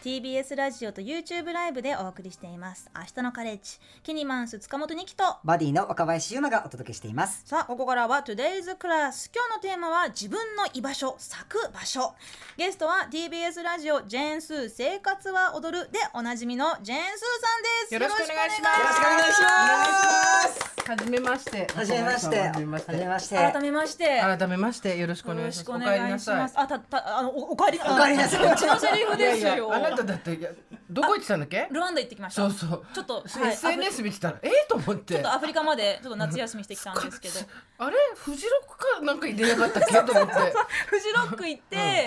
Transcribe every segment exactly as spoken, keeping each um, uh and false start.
ティービーエス ラジオと YouTube ライブでお送りしています。明日のカレッジ、キニマンス塚本二希とバディの若林優馬がお届けしています。 さあ、ここからは Today's Class。 今日のテーマは自分の居場所、咲く場所。ゲストは ティービーエス ラジオジェーンスー生活は踊るでおなじみのジェーンスーさんです。 よろしくお願いします。 よろしくお願いします。 はじめまして。 はじめまして。 はじめまして。 はじめまして。 改めまして改めましてよろしくお願いします。お帰りなさい。 あ、たたあの お, お帰りお帰りなさい。 うちのセリフですよ。 いやいやあなただっていやどこ行ってたんだっけ？ ルワンダ行ってきました。 そうそう。 ちょっと、 はい、エスエヌエス 見てたらえー、と思ってちょっとアフリカまでちょっと夏休みしてきたんですけどあれフジロックかなんか出なかったっけと思ってフジロック行って、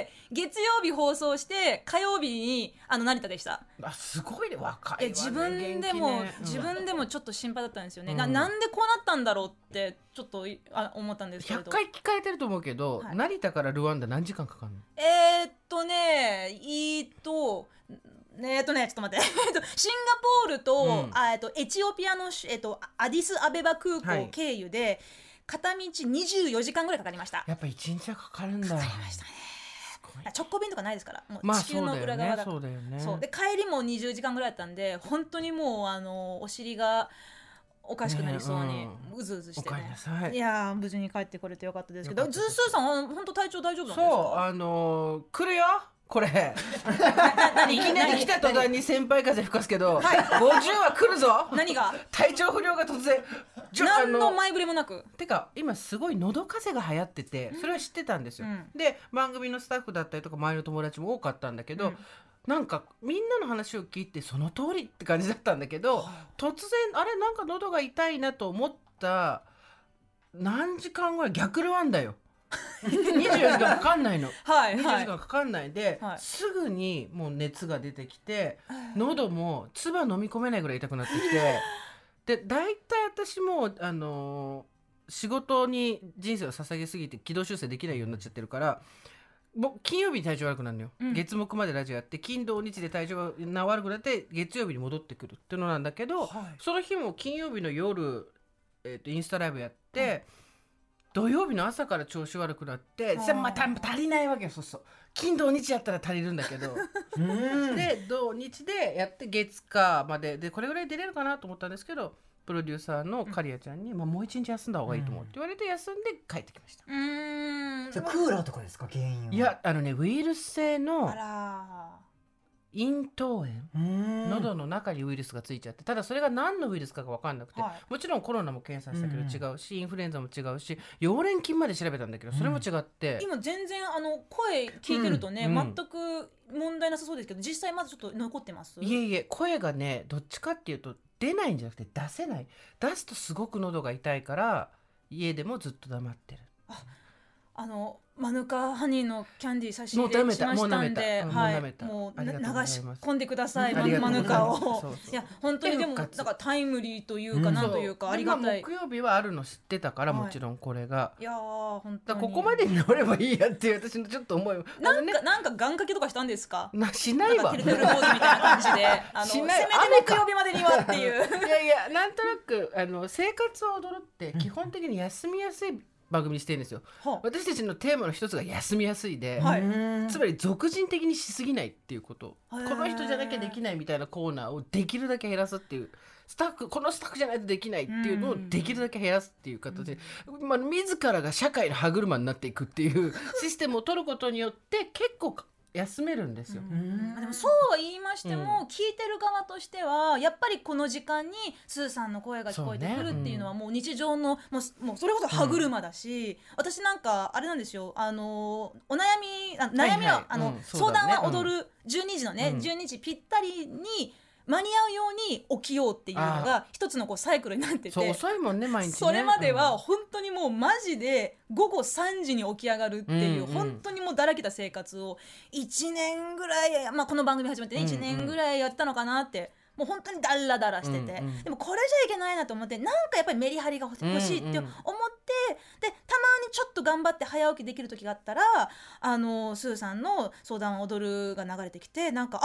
うん、月曜日放送して火曜日にあの成田でした。 あ、すごいね、若いわね。 自分でも、 ね、 自分でもちょっと心配だったんですよね、 うん、 な, なんでこうなったんだろうってちょっとあ思ったんですけど。 ひゃっかい聞かれてると思うけど、はい、成田からルワンダ何時間かかるの？ えー、っとねえー、っとえー、っとねちょっと待ってシンガポールと、うん、あえっとエチオピアの、えっと、アディスアベバ空港経由で、はい、片道にじゅうよじかんぐらいかかりました。 やっぱいちにちはかかるんだ。 かかりましたね。直行便とかないですから、もう地球の裏側だから、まあ、そうだよね、そうだよね。そうで帰りもにじゅうじかんぐらいだったんで本当にもうあのお尻がおかしくなりそうに、ね、うん、うずうずしてね。お帰りなさい。いや無事に帰ってこれてよかったですけど、ズースーさんは本当体調大丈夫なんですか？ そうあのー、来るよこれいきなり来た途端に先輩風吹かすけど、はい、ごじゅうは来るぞ。 何が？ 体調不良が突然何の前触れもなく。 てか今すごい喉風邪が流行っててそれは知ってたんですよ、うん、で番組のスタッフだったりとか周りの友達も多かったんだけど、うん、なんかみんなの話を聞いてその通りって感じだったんだけど、突然あれなんか喉が痛いなと思った何時間ぐらい逆ルワンダよにじゅうよじかんかかんないのはい、にじゅうよじかんかかんないで、はい、すぐにもう熱が出てきて喉も唾飲み込めないぐらい痛くなってきてで大体私もあのー、仕事に人生を捧げすぎて軌道修正できないようになっちゃってるからもう金曜日に体調悪くなるのよ、うん、月木までラジオやって金土日で体調が悪くなって月曜日に戻ってくるっていうのなんだけど、はい、その日も金曜日の夜、えー、とインスタライブやって、うん、土曜日の朝から調子悪くなってまた足りないわけよ。そうそう金土日やったら足りるんだけどで土日でやって月火まででこれぐらい出れるかなと思ったんですけどプロデューサーのカリアちゃんに、うんまあ、もう一日休んだ方がいいと思うって言われて休んで帰ってきました。 うーんそれクーラーとかですか原因は？ いやあのねウイルス性のあら咽頭炎、喉の中にウイルスがついちゃって、ただそれが何のウイルスかが分かんなくて、はい、もちろんコロナも検査したけど違うし、うん、インフルエンザも違うし溶連菌まで調べたんだけどそれも違って、 うん、今全然あの声聞いてるとね、うん、全く問題なさそうですけど実際まだちょっと残ってます？ いえいえ声がねどっちかっていうと出ないんじゃなくて出せない。出すとすごく喉が痛いから家でもずっと黙ってる。 ああのマヌカハニーのキャンディー差し入れしましたんで、はい、もう流し込んでください、マヌカを。そうそういや本当にでもなんかタイムリーというかなんというか、うん、ありがたい。 木曜日はあるの知ってたから、はい、もちろんこれが。 いや本当にここまでに治ればいいやっていう私のちょっと思い。 なんか、ね、なんか願掛けとかしたんですか？ なしないわ。 テルテル坊主みたいな感じで、あのせめて木曜日までにはっていう。 いやいやなんとなくあの生活を踊るって基本的に休みやすい。番組にしてるんですよ、はあ、私たちのテーマの一つが休みやすいで、はい、つまり俗人的にしすぎないっていうこと、この人じゃなきゃできないみたいなコーナーをできるだけ減らすっていう、スタッフこのスタッフじゃないとできないっていうのをできるだけ減らすっていう形で、まあ、自らが社会の歯車になっていくっていうシステムを取ることによって結構休めるんですよ。 うん、でもそうは言いましても、うん、聞いてる側としてはやっぱりこの時間にスーさんの声が聞こえてくるっていうのはもう日常のもう、もうそれこそ歯車だし、うん、私なんかあれなんですよ、あのお悩みあ悩みは、はいはい、あの、うん、相談は踊るじゅうにじのね、うん、じゅうにじぴったりに間に合うように起きようっていうのが一つのこうサイクルになってて、 そう遅いもんね毎日ね。 それまでは本当にもうマジでごごさんじに起き上がるっていう、うんうん、本当にもうだらけた生活をいちねんぐらい、まあ、この番組始まってね、うんうん、いちねんぐらいやってたのかなって、もう本当にダラダラしてて、うんうん、でもこれじゃいけないなと思って、なんかやっぱりメリハリが欲しいって思って、うんうん、でたまにちょっと頑張って早起きできる時があったらあのスーさんの相談を踊るが流れてきて、なんかあ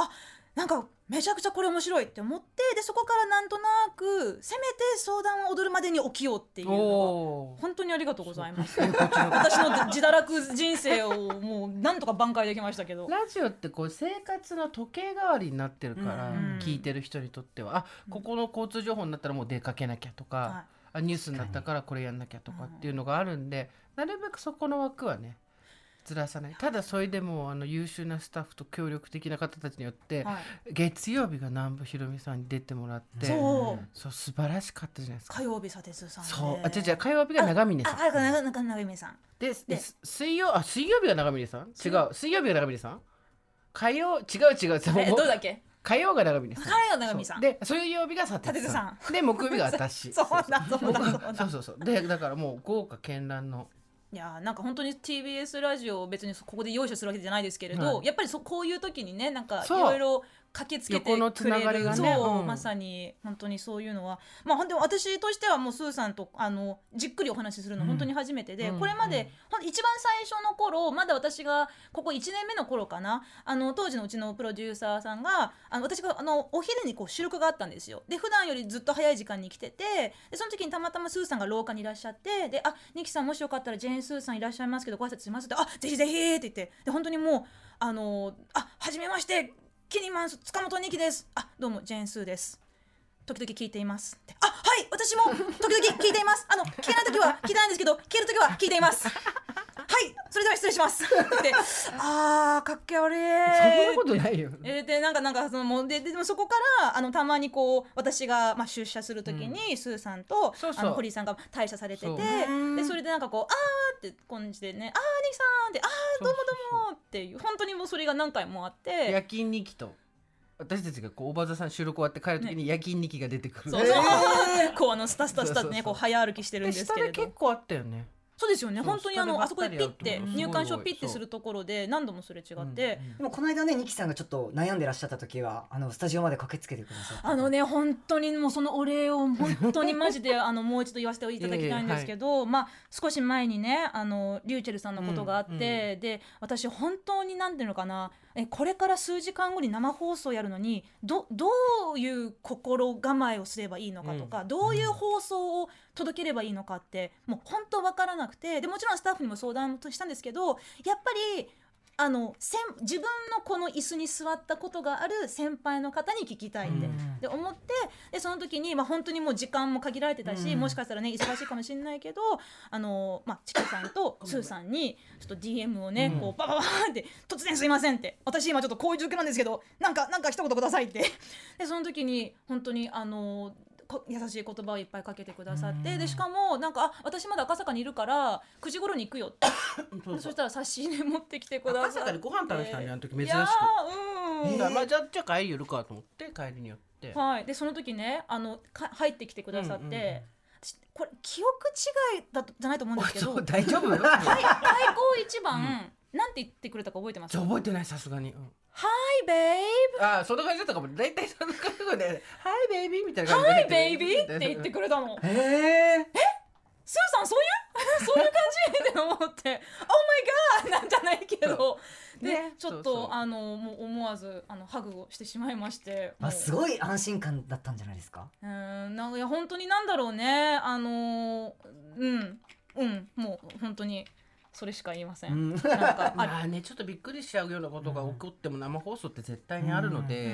なんかめちゃくちゃこれ面白いって思って、でそこからなんとなくせめて相談を踊るまでに起きようっていうのが本当にありがとうございます私の自堕落人生をもうなんとか挽回できましたけど、 ラジオってこう生活の時計代わりになってるから、 うん、 聞いてる人にとってはあここの交通情報になったらもう出かけなきゃとか、はい、あニュースになったからこれやんなきゃとかっていうのがあるんで、なるべくそこの枠はねずらさない。ただそれでもあの優秀なスタッフと協力的な方たちによって、はい、月曜日が南部ひろみさんに出てもらって、 そうそう素晴らしかったじゃないですか。 火曜日さてつさんで、 そうあ違う違う火曜日が長峰さん、 ああ長長長峰さんでで水曜あ水曜日が長峰さん違う水曜日が長峰さん火曜違う違うえどうだっけ火曜が長峰さん、 火曜長峰さんで水曜日がさてつさんで木曜日が私そうだそうだそうだそうそうそうでだからもう豪華絢爛のいやなんか本当に ティービーエス ラジオを別にここで用意するわけじゃないですけれど、はい、やっぱりそこういう時にねなんかいろいろ駆けつけてくれる横のつながりがね、そう、うん、まさに本当にそういうのはまあ本当に私としてはもうスーさんとあのじっくりお話しするの本当に初めてで、うん、これまで、うん、一番最初の頃まだ私がここいちねんめの頃かなあの当時のうちのプロデューサーさんがあの私があのお昼にこう収録があったんですよ。で普段よりずっと早い時間に来ててでその時にたまたまスーさんが廊下にいらっしゃってであニキさんもしよかったらジェーンスーさんいらっしゃいますけどご挨拶しますってあぜひぜひって言ってで本当にもうあのあはじめましてキニマンス塚本ニキですあどうもジェーンスーです時々聞いていますってあはい私も時々聞いていますあの聞けない時は聞いてないんですけど聞ける時は聞いていますはいそれでは失礼しますってあーかっけ悪いそんなことないよえでなんかなんかそのもうででもそこからあのたまにこう私が、まあ、出社する時に、うん、スーさんとそうそうあの堀井さんが退社されててでそれでなんかこうあーって感じでねあーニキさんってあーどうもどうもっていう本当にもうそれが何回もあって夜勤ニキと私たちがこうおばざさん収録終わって帰る時に夜勤ニキが出てくる、 ね、そうそう、えー、こうあのスタスタスタってねこう早歩きしてるんですけれど下で結構あったよねそうですよね本当にあのあそこでピッて入館証ピッてするところで何度もすれ違って、うんうん、 でもこの間ねニキさんがちょっと悩んでらっしゃった時はあのスタジオまで駆けつけてくださってあのね本当にもうそのお礼を本当にマジであのもう一度言わせていただきたいんですけど、はい、まあ少し前にねあのリューチェルさんのことがあって、うんうん、で私本当に何ていうのかなえこれから数時間後に生放送やるのに ど, どういう心構えをすればいいのかとか、うん、どういう放送を届ければいいのかってもう本当分からなくてでもちろんスタッフにも相談したんですけどやっぱりあの自分のこの椅子に座ったことがある先輩の方に聞きたいって、うん、で思ってでその時に、まあ、本当にもう時間も限られてたし、うん、もしかしたらね忙しいかもしれないけどあの、まあ、チキさんとスーさんにちょっと ディーエム をね、うん、こうバババーって突然すいませんって私今ちょっとこういう状況なんですけどなんかなんか一言くださいってでその時に本当にあの優しい言葉をいっぱいかけてくださってでしかもなんかあ私まだ赤坂にいるからくじ頃に行くよってそうそうそしたら差し入れ持ってきてくださって赤坂でご飯食べてたんであの時珍しくうん、 えーまあ、じゃあじゃあ帰り寄るかと思って帰りに寄ってはいでその時ねあのか入ってきてくださって、うんうんうん、これ記憶違いだとじゃないと思うんですけど大丈夫はい開口一番、うん、なんて言ってくれたか覚えてます覚えてないさすがに、うん Hi babe ああそんな感じだったかも大体そんな感じで Hi baby みたいな感じで Hi baby って言ってくれたのへええスーさんそういうそういう感じって思って Oh my god なんじゃないけどで、ね、ちょっとそうそうあのもう思わずあのハグをしてしまいましてあすごい安心感だったんじゃないですかうんなんかいや本当になんだろうねあのうんうんもう本当にそれしか言いません、うん、なんかまあねちょっとびっくりしちゃうようなことが起こっても生放送って絶対にあるので、うんうん、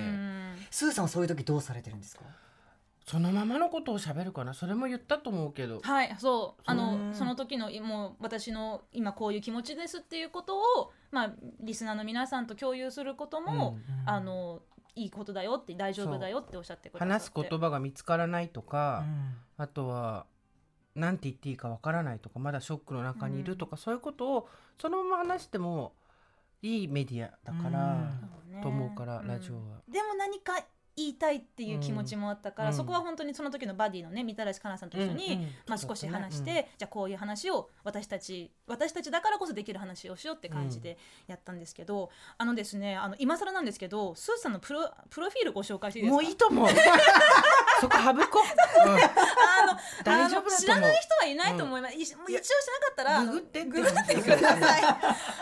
スーさんはそういう時どうされてるんですかそのままのことを喋るかなそれも言ったと思うけどはいそうあのその時のもう私の今こういう気持ちですっていうことを、まあ、リスナーの皆さんと共有することも、うん、あのいいことだよって大丈夫だよっておっしゃってくださって話す言葉が見つからないとか、うん、あとはなんて言っていいかわからないとかまだショックの中にいるとか、うん、そういうことをそのまま話してもいいメディアだから、うん、と思うから、うん、ラジオはでも何か言いたいっていう気持ちもあったから、うん、そこは本当にその時のバディのねみたらしかなさんと一緒に、うんうんまあ、少し話して、ねうん、じゃあこういう話を私たち私たちだからこそできる話をしようって感じでやったんですけど、うん、あのですねあの今更なんですけどスーさんのプロ、プロフィールご紹介していいですか。 もういいと思うそこ省こう、うん、 あの大丈夫だと思う知らない人はいないと思います、うん、もう一応しなかったらググってググってくださいあのです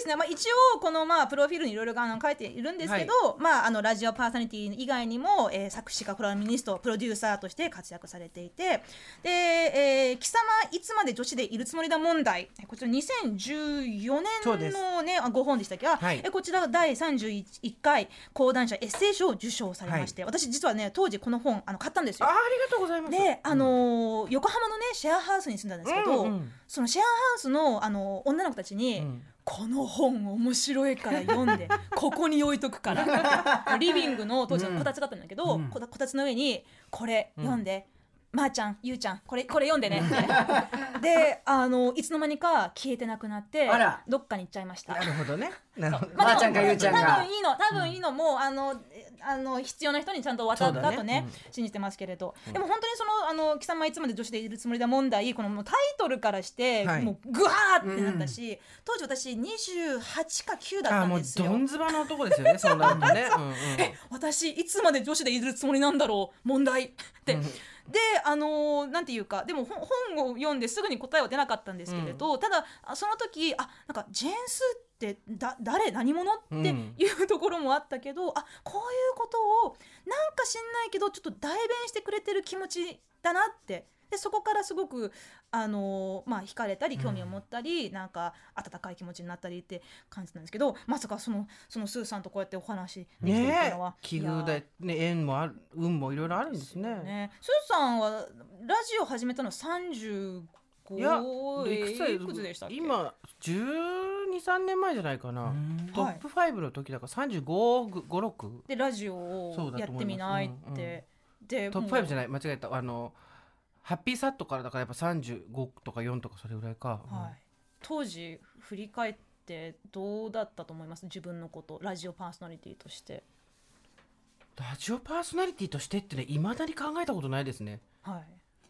ですね、まあ、一応このまあプロフィールにいろいろ書いているんですけど、はい、まあ、あのラジオパーソナリティ以外にも、えー、作詞家コラムニストプロデューサーとして活躍されていて、で、えー、貴様いつまで女子でいるつもりだ問題、こちらにせんじゅうよねんの、ね、ごほんでしたっけ、はい、えこちらだいさんじゅういっかい講談社エッセイ賞を受賞されまして、はい、私実はね当時この本あの買ったんですよ。 あ、ありがとうございます。 で、あのーうん、横浜のねシェアハウスに住んだんですけど、うんうん、そのシェアハウスの、あのー、女の子たちに、うん、この本面白いから読んでここに置いとくからリビングの当時のこたつがあったんだけど、うん、こたつの上にこれ読んで、うん、まー、あ、ちゃんゆうちゃんこれこれ読んでねってで、あのいつの間にか消えてなくなってどっかに行っちゃいました。 なるほどね。なるほど。 まー、あ、ちゃんかゆうちゃんが多分いいの多分いいの、うん、もうあのあの必要な人にちゃんと渡ったと ね, ね、うん、信じてますけれど、うん、でも本当にそのあの貴様いつまで女子でいるつもりだ問題、このもうタイトルからして、はい、もうグワーってなったし、うん、当時私にじゅうはちかきゅうだったんですよ。 あ、もうどんずばの男ですよねそうなるとね、うん、うん、 え私いつまで女子でいるつもりなんだろう問題って、うん、であのー、なんていうかでも本を読んですぐに答えは出なかったんですけれど、うん、ただその時あなんかジェーンスーってだ誰何者っていうところもあったけど、うん、あこういうことをなんか知んないけどちょっと代弁してくれてる気持ちだなって、でそこからすごくあのーまあ、惹かれたり興味を持ったり、うん、なんか温かい気持ちになったりって感じなんですけど、まさかそのそのスーさんとこうやってお話できてるっていうのは、ね、 奇遇で、ね、縁もある運もいろいろあるんですね。ね、 スーさんはラジオ始めたのさんじゅうごいやいくつでしたっけ？ 今じゅうに、さんねんまえじゃないかな。トップごの時だからさんじゅうご、ご、ろくでラジオをやってみないって、うんうん、でトップごじゃない間違えた、あのハッピーサットからだからやっぱさんじゅうごとかよんとかそれぐらいか、 はい、当時振り返ってどうだったと思います？自分のことラジオパーソナリティとして。 ラジオパーソナリティとしてってね未だに考えたことないですね。 はい、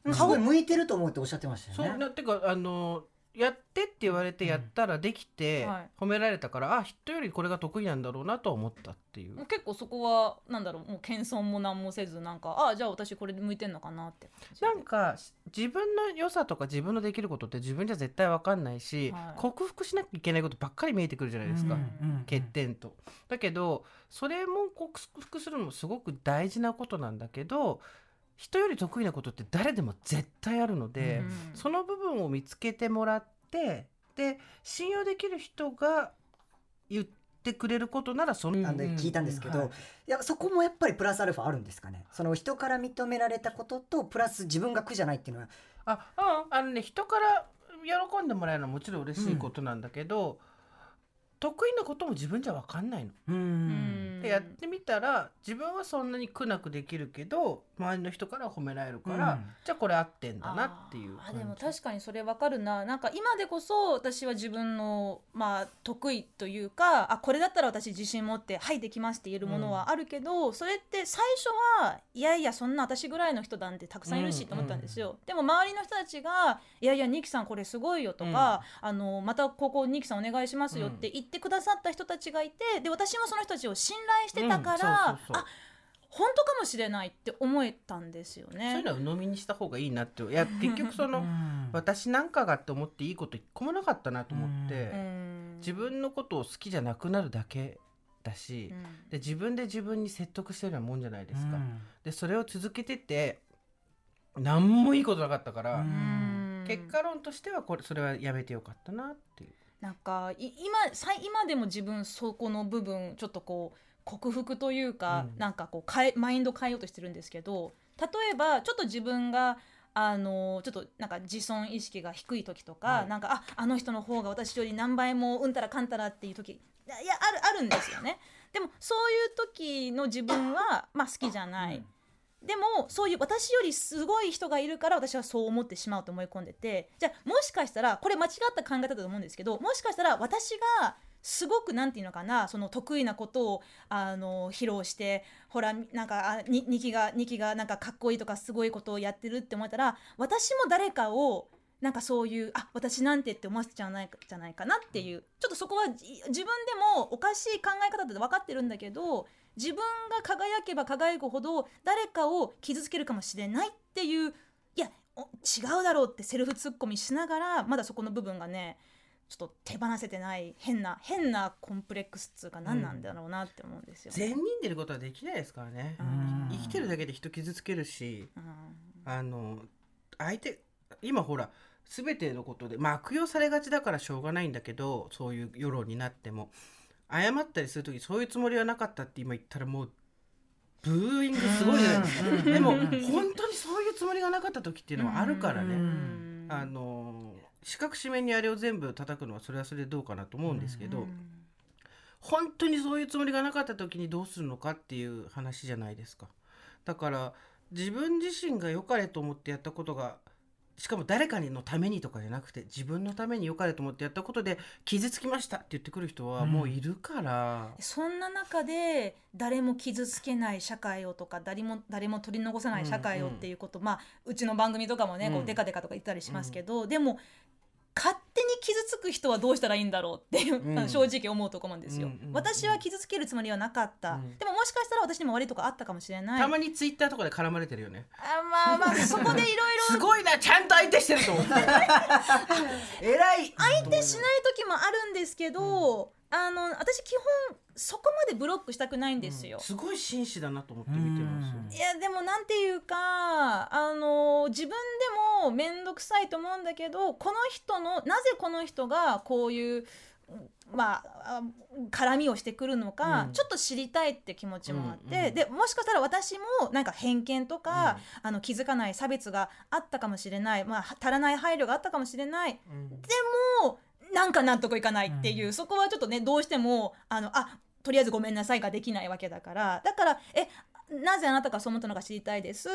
顔向いてると思うっておっしゃってましたよね。 そうなってかあのやってって言われてやったらできて、うんはい、褒められたから、あ人よりこれが得意なんだろうなと思ったっていう。 結構そこはなんだろうもう謙遜も何もせずなんかあじゃあ私これで向いてんのかなって感じ。 なんか自分の良さとか自分のできることって自分じゃ絶対分かんないし、はい、克服しなきゃいけないことばっかり見えてくるじゃないですか、うんうんうん、欠点と。だけどそれも克服するのもすごく大事なことなんだけど、人より得意なことって誰でも絶対あるので、うん、その部分を見つけてもらってで信用できる人が言ってくれることならそのなんで聞いたんですけど、うんはい、いやそこもやっぱりプラスアルファあるんですかね。その人から認められたこととプラス自分が苦じゃないっていうのはあ、うん、あのね人から喜んでもらえるのはもちろん嬉しいことなんだけど、うん、得意なことも自分じゃ分かんないの。うんでやってみたら自分はそんなに苦なくできるけど周りの人から褒められるから、うん、じゃあこれ合ってんだなっていう感じ。 あでも確かにそれ分かるな。なんか今でこそ私は自分の、まあ、得意というかあこれだったら私自信持ってはいできますって言えるものはあるけど、うん、それって最初はいやいやそんな私ぐらいの人なんてたくさんいるしと思ったんですよ、うんうん、でも周りの人たちがいやいやニキさんこれすごいよとか、うん、あのまたここニキさんお願いしますよって言ってくださった人たちがいて、で私もその人たちを信頼してたから、うん、そうそうそうあ本当かもしれないって思えたんですよね。 そういうのは鵜呑みにした方がいいなっていや結局その、うん、私なんかがって思っていいこと一個もなかったなと思って、うん、自分のことを好きじゃなくなるだけだし、うん、で自分で自分に説得してるようなもんじゃないですか、うん、でそれを続けてて何もいいことなかったから、うん、結果論としてはこれそれはやめてよかったなっていう。 なんか今、今でも自分そこの部分ちょっとこう克服というか、うん、なんかこう変えマインド変えようとしてるんですけど、例えばちょっと自分があのちょっとなんか自尊意識が低い時とか、はい、なんかああの人の方が私より何倍もうんたらかんたらっていう時いやあるあるんですよね。でもそういう時の自分はまあ好きじゃない、うんでもそういう私よりすごい人がいるから私はそう思ってしまうと思い込んでて、じゃあもしかしたらこれ間違った考え方だと思うんですけど、もしかしたら私がすごくなんていうのかなその得意なことをあの披露してほらなんかニキがニキがなんかかっこいいとかすごいことをやってるって思ったら私も誰かをなんかそういうあ私なんてって思わせちゃわないじゃないかなっていう、ちょっとそこは自分でもおかしい考え方だって分かってるんだけど自分が輝けば輝くほど誰かを傷つけるかもしれないっていういや違うだろうってセルフツッコミしながらまだそこの部分がねちょっと手放せてない変な変なコンプレックスっつうか何なんだろうなって思うんですよ、ね、 善人でいることはできないですからね。生きてるだけで人傷つけるし、あの相手今ほら全てのことで、まあ、悪用されがちだからしょうがないんだけど、そういう世論になっても謝ったりする時そういうつもりはなかったって今言ったらもうブーイングすごいじゃないですか。でも本当にそういうつもりがなかった時っていうのはあるからね。あの四角四面にあれを全部叩くのはそれはそれでどうかなと思うんですけど、本当にそういうつもりがなかった時にどうするのかっていう話じゃないですか。だから自分自身が良かれと思ってやったことが、しかも誰かのためにとかじゃなくて自分のために良かれと思ってやったことで傷つきましたって言ってくる人はもういるから、 うん、そんな中で誰も傷つけない社会をとか誰も誰も取り残さない社会をっていうこと、うんうん、まあうちの番組とかもね、うん、こうデカデカとか言ったりしますけど、うん、でも勝手に傷つく人はどうしたらいいんだろうっていう、うん、正直思うところなんですよ、うんうんうん、私は傷つけるつもりはなかった、うん、でももしかしたら私にも悪いとこあったかもしれない。 たまにツイッターとかで絡まれてるよね。 あまあまあそこでいろいろすごいな、ちゃんと相手してると思って偉い。 相手しない時もあるんですけど、うん、あの私基本そこまでブロックしたくないんですよ、 うん、すごい紳士だなと思って見てますよ。 いやでもなんていうか、あの自分でも面倒くさいと思うんだけど、この人のなぜこの人がこういうまあ絡みをしてくるのか、うん、ちょっと知りたいって気持ちもあって、うんうん、でもしかしたら私もなんか偏見とか、うん、あの気づかない差別があったかもしれない、まあ、足らない配慮があったかもしれない、うん、でもなんか納得いかないっていう、うん、そこはちょっとねどうしてもあのあとりあえずごめんなさいができないわけだから、だからえなぜあなたがそう思ったのか知りたいですって、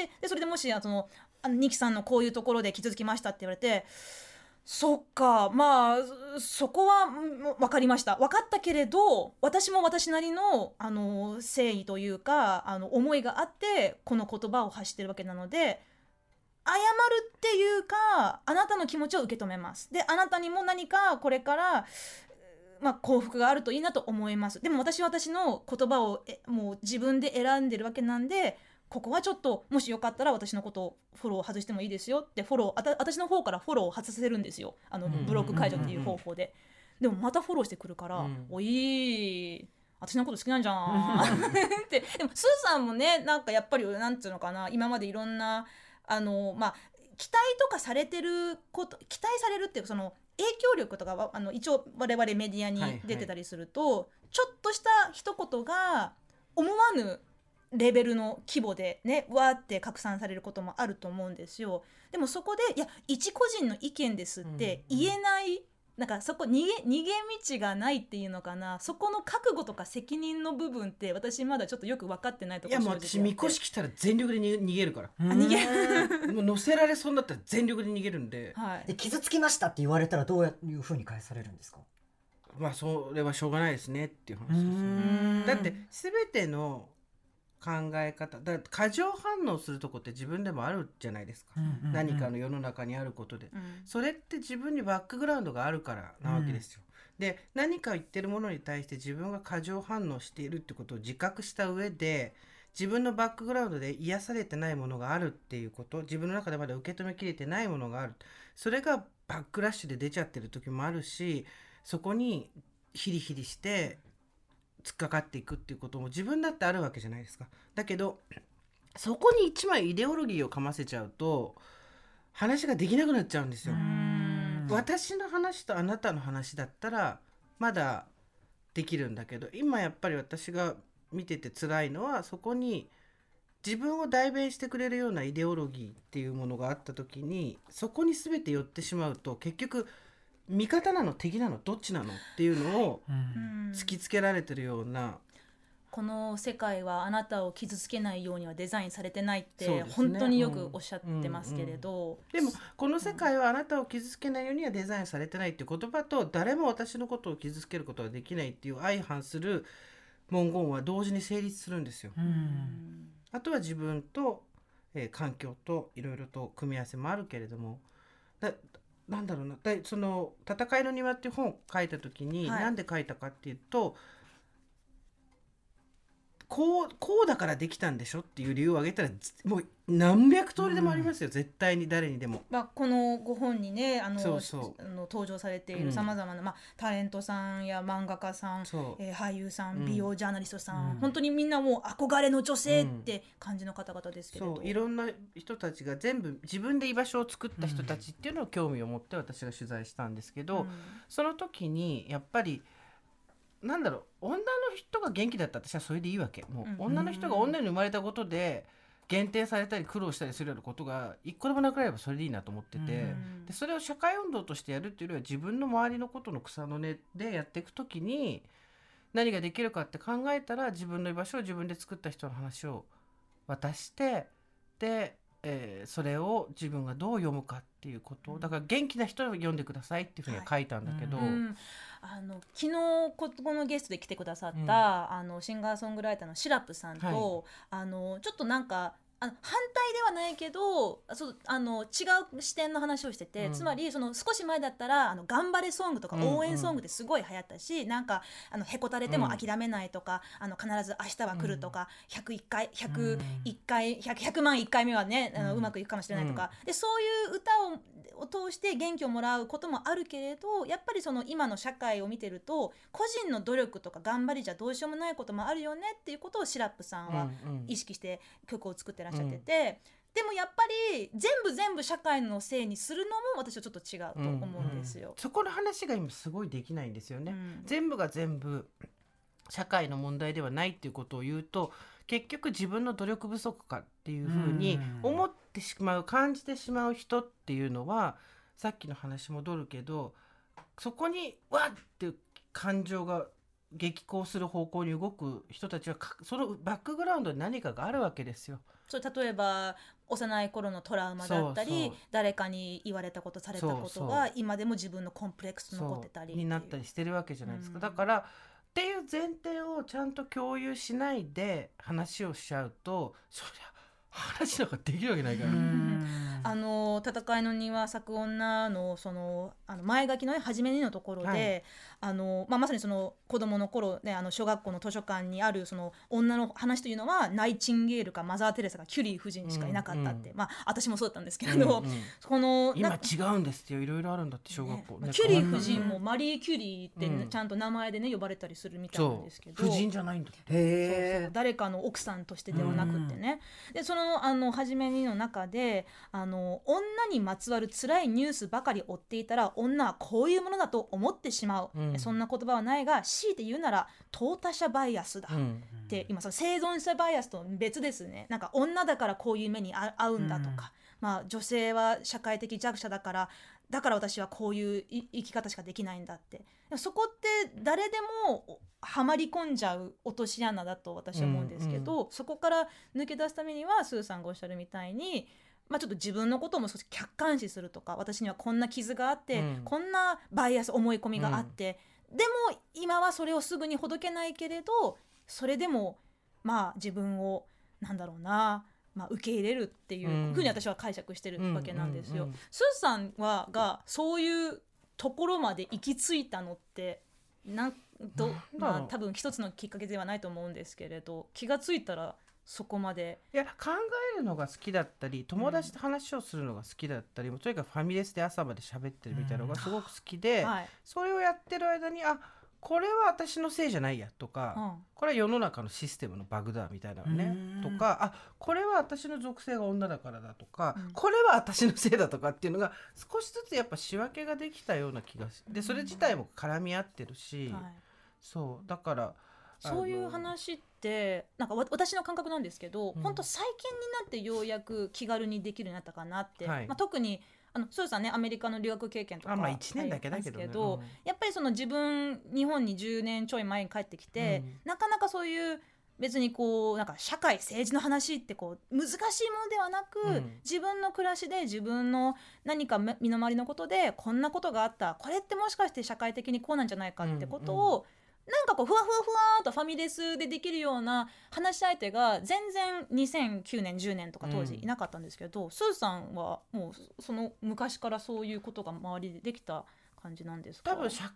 でそれでもしそのあのニキさんのこういうところで傷つきましたって言われて、そっかまあそこは分かりました分かったけれど、私も私なりのあの誠意というかあの思いがあってこの言葉を発してるわけなので、謝るっていうかあなたの気持ちを受け止めます。であなたにも何かこれからまあ、幸福があるといいなと思います。でも私は私の言葉をえもう自分で選んでるわけなんで、ここはちょっともしよかったら私のことをフォロー外してもいいですよってフォローあた私の方からフォローを外させるんですよ、あのブロック解除っていう方法で。でもまたフォローしてくるから、うん、おい私のこと好きなんじゃんってでもスーさんもねなんかやっぱりなんていうのかな、今までいろんなあのまあ期待とかされてること期待されるっていうその影響力とかはあの一応我々メディアに出てたりすると、はいはい、ちょっとした一言が思わぬレベルの規模でねわーって拡散されることもあると思うんですよ。でもそこでいや一個人の意見ですって言えない、うんうん、なんかそこ逃げ逃げ道がないっていうのかな、そこの覚悟とか責任の部分って私まだちょっとよく分かってないところ。 いやもう私みこし来たら全力で逃げるから。 あ逃げもう乗せられそうになったら全力で逃げるんで、 はい、で傷つきましたって言われたらどういうふうに返されるんですか。 まあそれはしょうがないですねっていう話ですよね。だって全ての考え方だ過剰反応するとこって自分でもあるじゃないですか、うんうんうん、何かの世の中にあることで、うん、それって自分にバックグラウンドがあるからなわけですよ、うん、で何か言ってるものに対して自分が過剰反応しているってことを自覚した上で自分のバックグラウンドで癒されてないものがあるっていうこと、自分の中でまだ受け止めきれてないものがある、それがバックラッシュで出ちゃってる時もあるし、そこにヒリヒリして突っかかっていくっていうことも自分だってあるわけじゃないですか。だけどそこに一枚イデオロギーをかませちゃうと話ができなくなっちゃうんですよ。私の話とあなたの話だったらまだできるんだけど、今やっぱり私が見てて辛いのはそこに自分を代弁してくれるようなイデオロギーっていうものがあった時にそこに全て寄ってしまうと結局味方なの敵なのどっちなのっていうのを突きつけられてるような、 この世界はあなたを傷つけないようにはデザインされてないって本当によくおっしゃってますけれど、 うんうんうん、でもこの世界はあなたを傷つけないようにはデザインされてないっていう言葉と誰も私のことを傷つけることはできないっていう相反する文言は同時に成立するんですよ、うん、あとは自分と、えー、環境といろいろと組み合わせもあるけれども、だなんだろうな、だその戦いの庭っていう本を書いた時に、はい、なんで書いたかっていうとこうこうだからできたんでしょっていう理由を挙げたらもう何百通りでもありますよ、うん、絶対に誰にでも、 まあ、このご本にねあのそうそうあの登場されているさまざまな、まあ、タレントさんや漫画家さん、えー、俳優さん、美容ジャーナリストさん、うん、本当にみんなもう憧れの女性って感じの方々ですけれど、 そういろんな人たちが全部自分で居場所を作った人たちっていうのを興味を持って私が取材したんですけど、うん、その時にやっぱりなんだろう女の人が元気だったら私はそれでいいわけ。もう女の人が女に生まれたことで限定されたり苦労したりするようなことが一個でもなくなればそれでいいなと思ってて、でそれを社会運動としてやるっていうよりは自分の周りのことの草の根でやっていくときに何ができるかって考えたら自分の居場所を自分で作った人の話を渡してで、えー、それを自分がどう読むかっていうことだから元気な人は読んでくださいっていうふうには書いたんだけど、はい、うんあの昨日ここのゲストで来てくださった、うん、あのシンガーソングライターのシラップさんと、はい、あのちょっとなんかあの反対ではないけどそうあの違う視点の話をしてて、うん、つまりその少し前だったらあの頑張れソングとか応援ソングってすごい流行ったし、うんうん、なんかあのへこたれても諦めないとか、うん、あの必ず明日は来るとか、うん、ひゃくいっかいひゃくいっかい 100, ひゃくまんいっかいめはねあの、うん、うまくいくかもしれないとか、うん、でそういう歌をを通して元気をもらうこともあるけれどやっぱりその今の社会を見てると個人の努力とか頑張りじゃどうしようもないこともあるよねっていうことをシラップさんは意識して曲を作ってらっしゃってて、うん、でもやっぱり全部全部社会のせいにするのも私はちょっと違うと思うんですよ、 うんうん、そこの話が今すごいできないんですよね、うん、全部が全部社会の問題ではないっていうことを言うと結局自分の努力不足かっていうふうに思ってしまう感じてしまう人っていうのはさっきの話戻るけどそこにわっっていう感情が激高する方向に動く人たちはそのバックグラウンドに何かがあるわけですよ。 そう例えば幼い頃のトラウマだったりそうそう誰かに言われたことされたことが今でも自分のコンプレックスに残ってたりになったりしてるわけじゃないですか、うん、だからっていう前提をちゃんと共有しないで話をしちゃうとそりゃ話なんかできるわけないからあの戦いの庭咲く女 の, そのあの前書きの、ね、初めにのところで、はい、あのまあ、まさにその子供の頃、ね、あの小学校の図書館にあるその女の話というのはナイチンゲールかマザー・テレサかキュリー夫人しかいなかったって、うんうん、まあ、私もそうだったんですけれど、うんうん、この今違うんですっていろいろあるんだって小学校、 ねね、キュリー夫人もマリー・キュリーって、ね、うん、ちゃんと名前でね呼ばれたりするみたいなんですけど夫人じゃないんだへそうそう誰かの奥さんとしてではなくってね、うん、でそのあの初めにの中であの女にまつわる辛いニュースばかり追っていたら女はこういうものだと思ってしまう、うん、そんな言葉はないが強いて言うなら淘汰者バイアスだ、うん、って今その生存者バイアスと別ですね。なんか女だからこういう目に遭うんだとか、うん、まあ、女性は社会的弱者だからだから私はこういう生き方しかできないんだってそこって誰でもはまり込んじゃう落とし穴だと私は思うんですけど、うんうん、そこから抜け出すためにはスーさんがおっしゃるみたいにまあ、ちょっと自分のことも少し客観視するとか私にはこんな傷があって、うん、こんなバイアス思い込みがあって、うん、でも今はそれをすぐにほどけないけれどそれでもまあ自分をなんだろうな、まあ、受け入れるっていうふうに私は解釈してるわけなんですよ、うんうんうん、スーさんはがそういうところまで行き着いたのってなんど、まあ、多分一つのきっかけではないと思うんですけれど気がついたらそこまでいや考えるのが好きだったり友達と話をするのが好きだったり、うん、とにかくファミレスで朝まで喋ってるみたいなのがすごく好きで、うんはい、それをやってる間にあこれは私のせいじゃないやとか、うん、これは世の中のシステムのバグだみたいなのねとかあこれは私の属性が女だからだとか、うん、これは私のせいだとかっていうのが少しずつやっぱ仕分けができたような気がしでそれ自体も絡み合ってるし、はい、そうだからそういう話ってなんか私の感覚なんですけど、うん、本当最近になってようやく気軽にできるようになったかなって、はいまあ、特にあのスーさんねアメリカの留学経験とかあ、まあ、いちねんだけだけどね、 けど、うん、やっぱりその自分日本にじゅうねんちょい前に帰ってきて、うん、なかなかそういう別にこうなんか社会政治の話ってこう難しいものではなく、うん、自分の暮らしで自分の何か身の回りのことでこんなことがあったこれってもしかして社会的にこうなんじゃないかってことを、うんうんなんかこうふわふわふわーっとファミレスでできるような話し相手が全然にせんきゅうねんじゅうねんとか当時いなかったんですけど、うん、スーさんはもうその昔からそういうことが周りでできた感じなんですか？ 多分社会問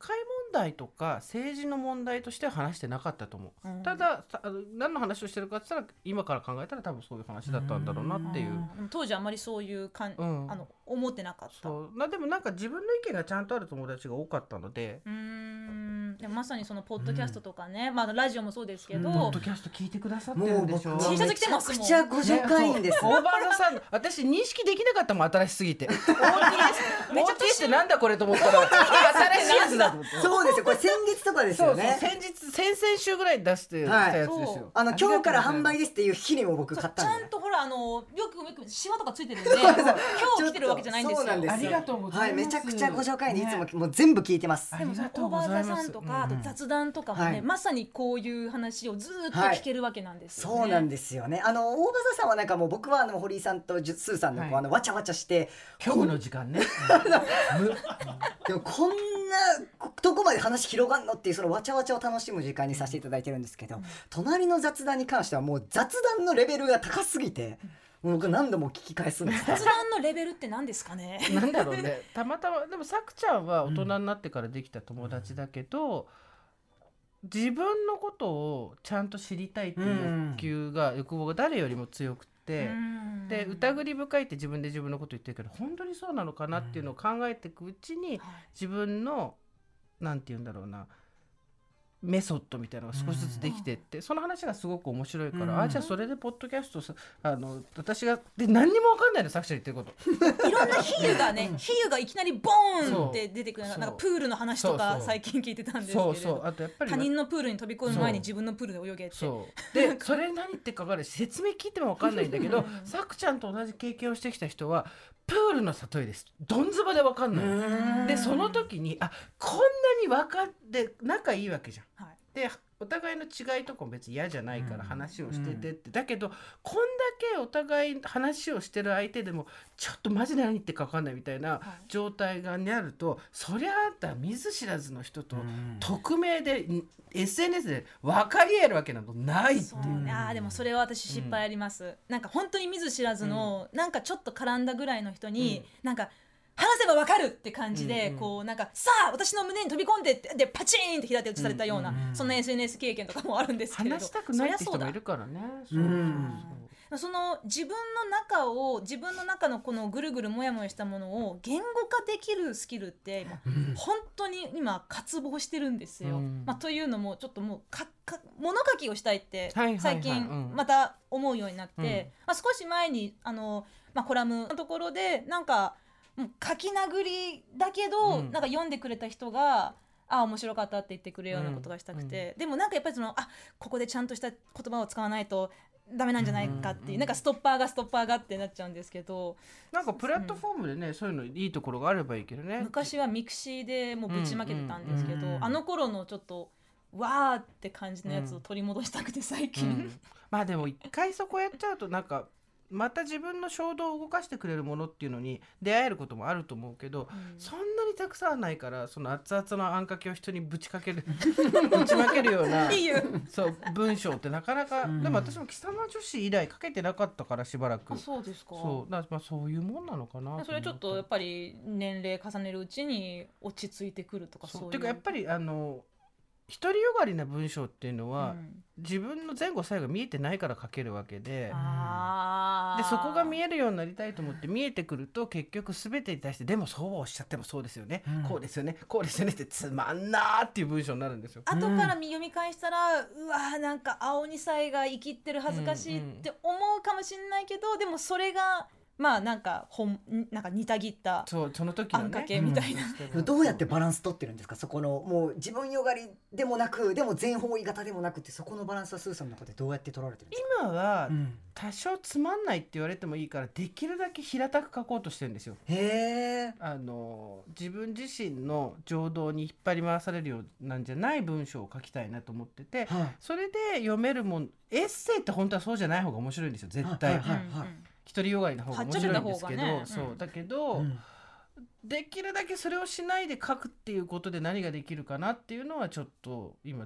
題とか政治の問題としては話してなかったと思う、うん、ただあの何の話をしてるかって言ったら今から考えたら多分そういう話だったんだろうなっていう、 うん、当時あんまりそういうかん、うん、あの思ってなかった。 そうなでもなんか自分の意見がちゃんとある友達が多かったので、 うーんでもまさにそのポッドキャストとかね、うんまあ、ラジオもそうですけど、 うん、ポッドキャスト聞いてくださってるんでしょ。 T シャツ着てますもん。 めちゃくちゃご助会員です、 ね、オーバーザさん私認識できなかったもん新しすぎて オーティーエス, めっちゃ オーティーエス ってなんだこれと思ったら新しいやつだと思ってそうですよこれ先月とかですよね。 そうそう先日先々週ぐらいに出してたやつですよ、はい、 あの今日から販売ですっていう日にも僕買ったんでちゃんとほらあのよくよくシワとかついてるんで今日来てるわけじゃないんですよ。 そうなんですよ。 ありがとうございます、はい、 めちゃくちゃご助会員でいつも、ね、もう全部聞いてます。 でもそのオーバーザさんとか、うん、あと雑談とかもね、はい、まさにこういう話をずっと聞けるわけなんですよね、 はい、そうなんですよね。あのオーバーザさんはなんかもう僕はあの堀井さんとスーさんのこう、はい、あのわちゃわちゃして今日の時間ねでもこんなどこまで話広がんのっていうそのわちゃわちゃを楽しむ時間にさせていただいてるんですけど、うん、隣の雑談に関してはもう雑談のレベルが高すぎて、うん、僕何度も聞き返すんです雑談のレベルって何ですかねなんだろうねたまたまでもさくちゃんは大人になってからできた友達だけど、うん、自分のことをちゃんと知りたいっていう欲求が、うん、欲望が誰よりも強くて、うん、で疑り深いって自分で自分のこと言ってるけど本当にそうなのかなっていうのを考えていくうちに、うん、自分のなんて言うんだろうなメソッドみたいなのが少しずつできてって、うん、その話がすごく面白いから、うん、あじゃあそれでポッドキャストさあの私がで何にも分かんないの作者言ってることいろんな比喩がね比喩がいきなりボーンって出てくるなんかプールの話とか最近聞いてたんですけれどそうそうあとやっぱり他人のプールに飛び込む前に自分のプールで泳げってそうでそれ何言ってか分かる説明聞いても分かんないんだけどさくちゃんと同じ経験をしてきた人はプールの例えですどんずばで分かんないでその時にあこんなに分かって仲いいわけじゃん、はい、でお互いの違いとかも別に嫌じゃないから話をしててって、うん、だけどこんだけお互い話をしてる相手でもちょっとマジで何言ってか分かんないみたいな状態がにあると、はい、そりゃあんた見ず知らずの人と匿名で、うん、エスエヌエス で分かり合えるわけなどないっていう。 そうね、あでもそれは私失敗あります、うん、なんか本当に見ず知らずの、うん、なんかちょっと絡んだぐらいの人に、うん、なんか話せばわかるって感じで、うんうん、こうなんかさあ私の胸に飛び込んでってでパチーンって平手打ちされたような、うんうん、そんな エスエヌエス 経験とかもあるんですけれど話したくないって人もいるからね。 そ, うそうその自分の中を自分の中のこのぐるぐるもやもやしたものを言語化できるスキルって本当に今渇望してるんですよ、うんまあ、というのもちょっともうかか物書きをしたいって最近また思うようになって、はいはいはいうんまあ、少し前にあの、まあ、コラムのところでなんかもう書き殴りだけど、うん、なんか読んでくれた人があ面白かったって言ってくれるようなことがしたくて、うんうん、でもなんかやっぱりそのあここでちゃんとした言葉を使わないとダメなんじゃないかっていう、うんうん、なんかストッパーがストッパーがってなっちゃうんですけどなんかプラットフォームでね、うん、そういうのいいところがあればいいけどね。 昔はミクシーでもうぶちまけてたんですけど、うんうん、あの頃のちょっとわーって感じのやつを取り戻したくて最近、うん、 まあでも一回そこやっちゃうとなんかまた自分の衝動を動かしてくれるものっていうのに出会えることもあると思うけど、うん、そんなにたくさんないからその熱々のあんかけを人にぶちかけるぶちまけるようないいそう文章ってなかなか、うん、でも私も貴様女子以来かけてなかったからしばらく。 あそうですか。 そうだ、まあ、そういうもんなのかな。 それちょっとやっぱり年齢重ねるうちに落ち着いてくるとかそういう。 てかやっぱりあの独りよがりな文章っていうのは、うん、自分の前後最後見えてないから書けるわけで、 あでそこが見えるようになりたいと思って見えてくると結局全てに対してでもそうおっしゃってもそうですよね、うん、こうですよねこうですよねってつまんなーっていう文章になるんですよ。 後から読み返したら、うん、うわーなんか青二歳が生きってる恥ずかしいって思うかもしれないけど、うんうん、でもそれがまあなんか本なんか似たぎったそうその時のねあんかけみたいな、 うん、どうやってバランス取ってるんですかそこのもう自分よがりでもなくでも全方位型でもなくってそこのバランスはスーさんの中でどうやって取られてるんですか。 今は多少つまんないって言われてもいいからできるだけ平たく書こうとしてるんですよ。 へーあの自分自身の情動に引っ張り回されるようなんじゃない文章を書きたいなと思ってて、はい、それで読めるもんエッセイって本当はそうじゃない方が面白いんですよ絶対、はいはいはいはい、独りよがりな方が面白いんですけど、ね、そう、うん、だけど、うん、できるだけそれをしないで書くっていうことで何ができるかなっていうのはちょっと今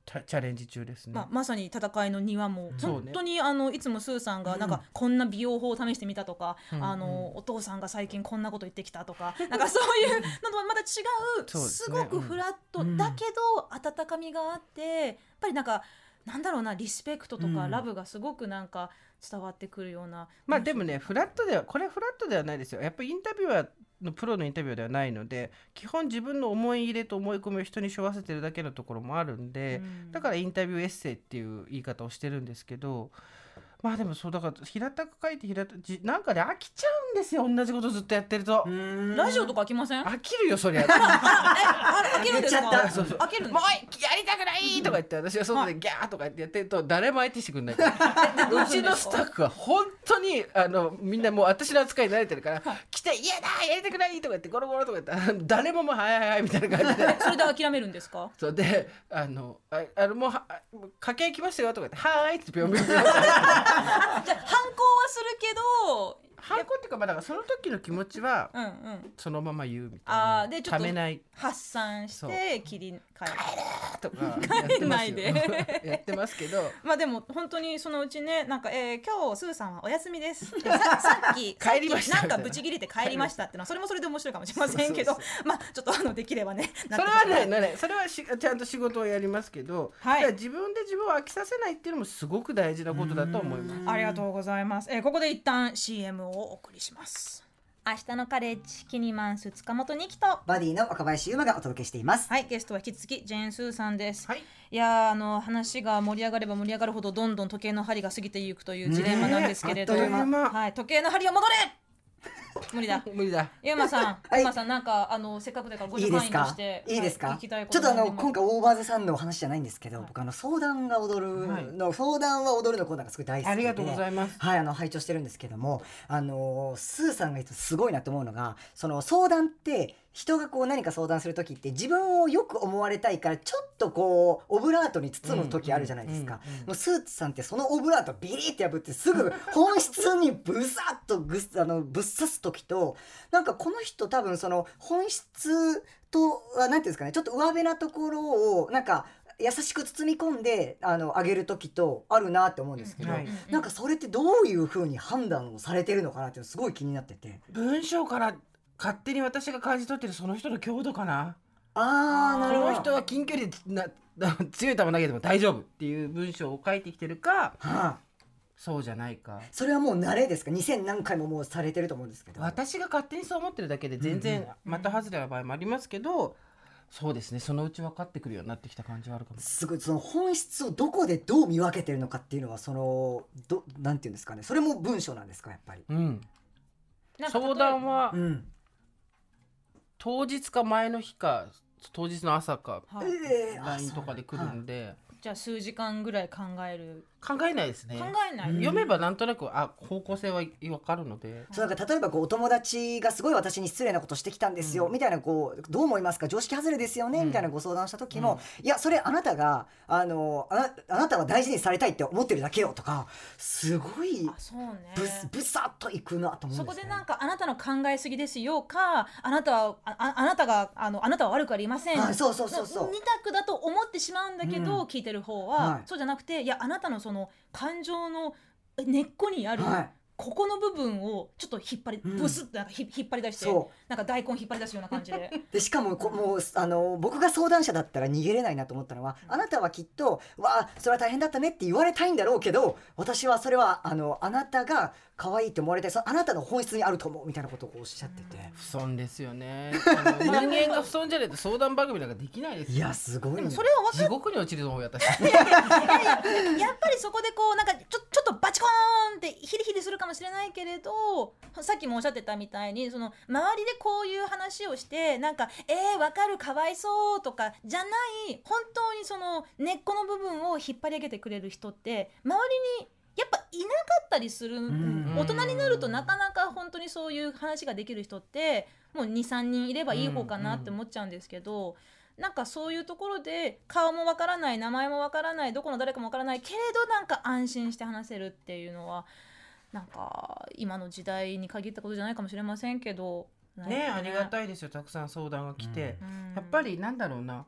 チャレンジ中ですね、 まあ、まさに戦いの庭もうん本当にあのいつもスーさんがなんかこんな美容法を試してみたとか、 うんあのお父さんが最近こんなこと言ってきたとかなんかそういうのとはまた違うそうですすねごくフラットうんだけど温かみがあってやっぱりなんかなんだろうなリスペクトとかうんラブがすごくなんか伝わってくるような、 まあでもねフラットではこれフラットではないですよ。やっぱりインタビュアーのプロのインタビューではないので基本自分の思い入れと思い込みを人に背負わせてるだけのところもあるんで、 うんだからインタビューエッセイっていう言い方をしてるんですけど、まあでもそうだから平たく書いて平たじなんかね飽きちゃうんですよ同じことずっとやってると。 ラジオとか飽きません？ 飽きるよそりゃ。 あ飽きるんですか？ 言っちゃったそうそう飽きるんもですか？ うやりたくないとか言って私は外でギャーとか言ってやってると誰も相手してくんないからうちのスタッフは本当にあのみんなもう私の扱いに慣れてるから来て嫌だやりたくないとか言ってゴロゴロとか言って誰ももうはいはいはいみたいな感じでそれで諦めるんですか？ そうであのああのもうは家計来ましたよとか言ってはーいってピョンピョンピョンじゃあ反抗はするけど反抗っていうかまあだからその時の気持ちはうんうんそのまま言うみたいあなーでちょっとためない発散して切り替えるとかやってますよ帰んないでやってますけどまあでも本当にそのうちねなんか、えー、今日スーさんはお休みですささっき帰りましたさっきなんかブチ切れて帰りましたってのはそれもそれで面白いかもしれませんけどそうそうまあちょっとあのできればねそれはねねそれはしちゃんと仕事をやりますけど、 はいだから自分で自分を飽きさせないっていうのもすごく大事なことだと思います。 ありがとうございます、えー、ここで一旦 シーエム をお送りします。明日のカレッジキニマンス塚本二木とバディの若林優馬がお届けしています。 はいゲストは引き続きジェーン・スーさんです、 はい、 いやーあの話が盛り上がれば盛り上がるほどどんどん時計の針が過ぎていくというジレンマなんですけれど、 ねえあっという間はい、時計の針を戻れ無理だ無理だ。 ゆうまさん、 はいゆうまさんなんかあのせっかくだからごいい助会員とですかしていいですか、 はい聞きたいこちょっとあの何でも今回オーバーズさんのお話じゃないんですけど、 はい僕あの相談が踊るはいの、相談は踊るのコーナーがすごい大好きでありがとうございます。 はい、あの拝聴してるんですけども、あのスーさんがすごいなと思うのが、その相談って人がこう何か相談する時って自分をよく思われたいからちょっとこうオブラートに包む時あるじゃないですか。 うんうんうんうんもうスーさんってそのオブラートビリって破ってすぐ本質にブサッとぐあのぶっ刺す時と、なんかこの人多分その本質とあなんていうんですかね、ちょっと上辺なところをなんか優しく包み込んであの上げる時とあるなって思うんですけど、 はいなんかそれってどういう風に判断をされてるのかなっていうのすごい気になってて。 文章から勝手に私が感じ取ってるその人の強度かな。 あーなるほど。 この人は近距離でな強い球投げても大丈夫っていう文章を書いてきてるか、 はあ、 そうじゃないか。 それはもう慣れですか？にせん何回ももうされてると思うんですけど。 私が勝手にそう思ってるだけで全うん然また外れな場合もありますけど、そうですねそのうち分かってくるようになってきた感じはあるかも。 すごいその本質をどこでどう見分けてるのかっていうのはそのどなんていうんですかね、それも文章なんですかやっぱり。 うん、 なんか例えば相談はうん。 当日か前の日か当日の朝かはいえーあライン とかで来るんで、 じゃあ数時間ぐらい考える考えないですね。 考えない、 うん読めばなんとなくあ方向性は分かるので。 そうなんか例えばこうお友達がすごい私に失礼なことしてきたんですよ、 うんみたいなこうどう思いますか常識外れですよね、 うんみたいなご相談した時も、いやそれあなたがあのあなあなたは大事にされたいって思ってるだけよとかすごいあそうねぶぶさっといくなと思うんそですね。 こでなんかあなたの考えすぎですよかあなたはあああなたがあのあなたは悪くありません、 はいそうそうそうそう二択だと思ってしまうんだけど、 うん聞いてる方は、 はいそうじゃなくていやあなたのその感情の根っこにある、 はいここの部分をちょっと引っ張り、 うんブスってなんかひ引っ張り出してそなんか大根引っ張り出すような感じででしかもこもうあの僕が相談者だったら逃げれないなと思ったのは、あなたはきっとわあそれは大変だったねって言われたいんだろうけど、私はそれはあのあなたが可愛いって思われてそのあなたの本質にあると思うみたいなことをおっしゃってて、 不損ですよね。あの人間が不損じゃないと相談番組なんかできないですよ。 いやすごいね。 でもそれを分か地獄に落ちると思うよ私。 いやいややっぱりそこでこうなんかちょちょっとバチコーンってヒリヒリするかもしれないけれど、さっきもおっしゃってたみたいにその周りでこういう話をしてなんかえー、わかるかわいそうとかじゃない本当にその根っこの部分を引っ張り上げてくれる人って周りにやっぱいなかったりする、 ん大人になるとなかなか本当にそういう話ができる人ってもう にさんにんいればいい方かなって思っちゃうんですけど、なんかそういうところで顔もわからない名前もわからないどこの誰かもわからないけれどなんか安心して話せるっていうのはなんか今の時代に限ったことじゃないかもしれませんけどねありがたいですよたくさん相談が来て、 うんやっぱりなんだろうな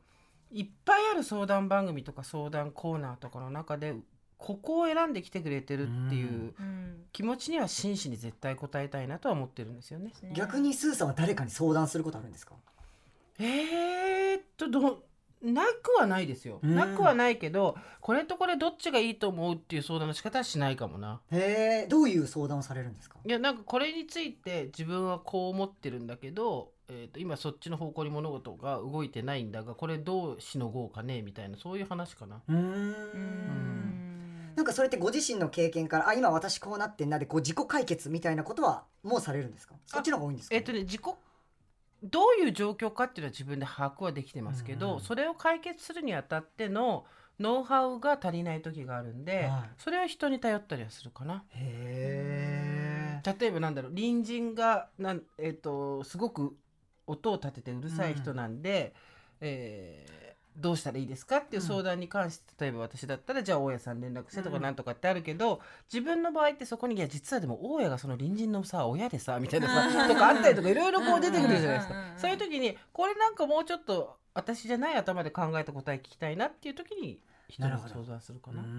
いっぱいある相談番組とか相談コーナーとかの中でここを選んできてくれてるっていう気持ちには真摯に絶対応えたいなとは思ってるんですよね。 逆にスーさんは誰かに相談することあるんですか？ えーっとどなくはないですよ、なくはないけどこれとこれどっちがいいと思うっていう相談の仕方はしないかもな。 へえ、どういう相談をされるんですか？ いやなんかこれについて自分はこう思ってるんだけど、えー、と今そっちの方向に物事が動いてないんだがこれどうしのごうかねみたいなそういう話かな。 うーん、なんかそれってご自身の経験からあ今私こうなってんなでこう自己解決みたいなことはもうされるんですか？そっちの方が多いんですか、ね？ えっ、とね自己どういう状況かっていうのは自分で把握はできてますけど、それを解決するにあたってのノウハウが足りない時があるんで、はい、それは人に頼ったりはするかな。へー。例えばなんだろう隣人がなん、えー、とすごく音を立ててうるさい人なんで、うんえーどうしたらいいですかっていう相談に関して、うん、例えば私だったらじゃあ大家さん連絡してとかなんとかってあるけど、うん、自分の場合ってそこにいや実はでも大家がその隣人のさ親でさみたいなさとかあったりとかいろいろこう出てくるじゃないですか。そういう時にこれなんかもうちょっと私じゃない頭で考えた答え聞きたいなっていう時に人に相談するかな。な、うん、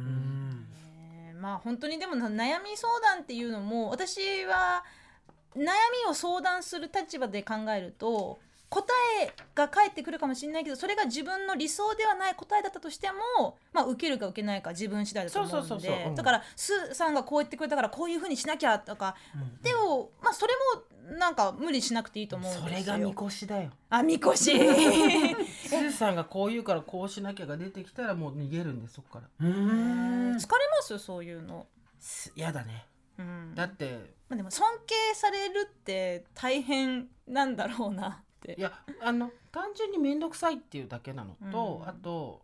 えー、まあ本当にでも悩み相談っていうのも私は悩みを相談する立場で考えると答えが返ってくるかもしれないけどそれが自分の理想ではない答えだったとしても、まあ、受けるか受けないか自分次第だと思うのでだからスーさんがこう言ってくれたからこういう風にしなきゃとか、うん、でも、まあ、それもなんか無理しなくていいと思うんですよ。 それがみこしだよ。 あみこしスーさんがこう言うからこうしなきゃが出てきたらもう逃げるんでそっから。 うーん疲れますそういうの。 やだね、うん、だって、 まあ、でも尊敬されるって大変なんだろうな。 いやあの単純に面倒くさいっていうだけなのと、うん、あと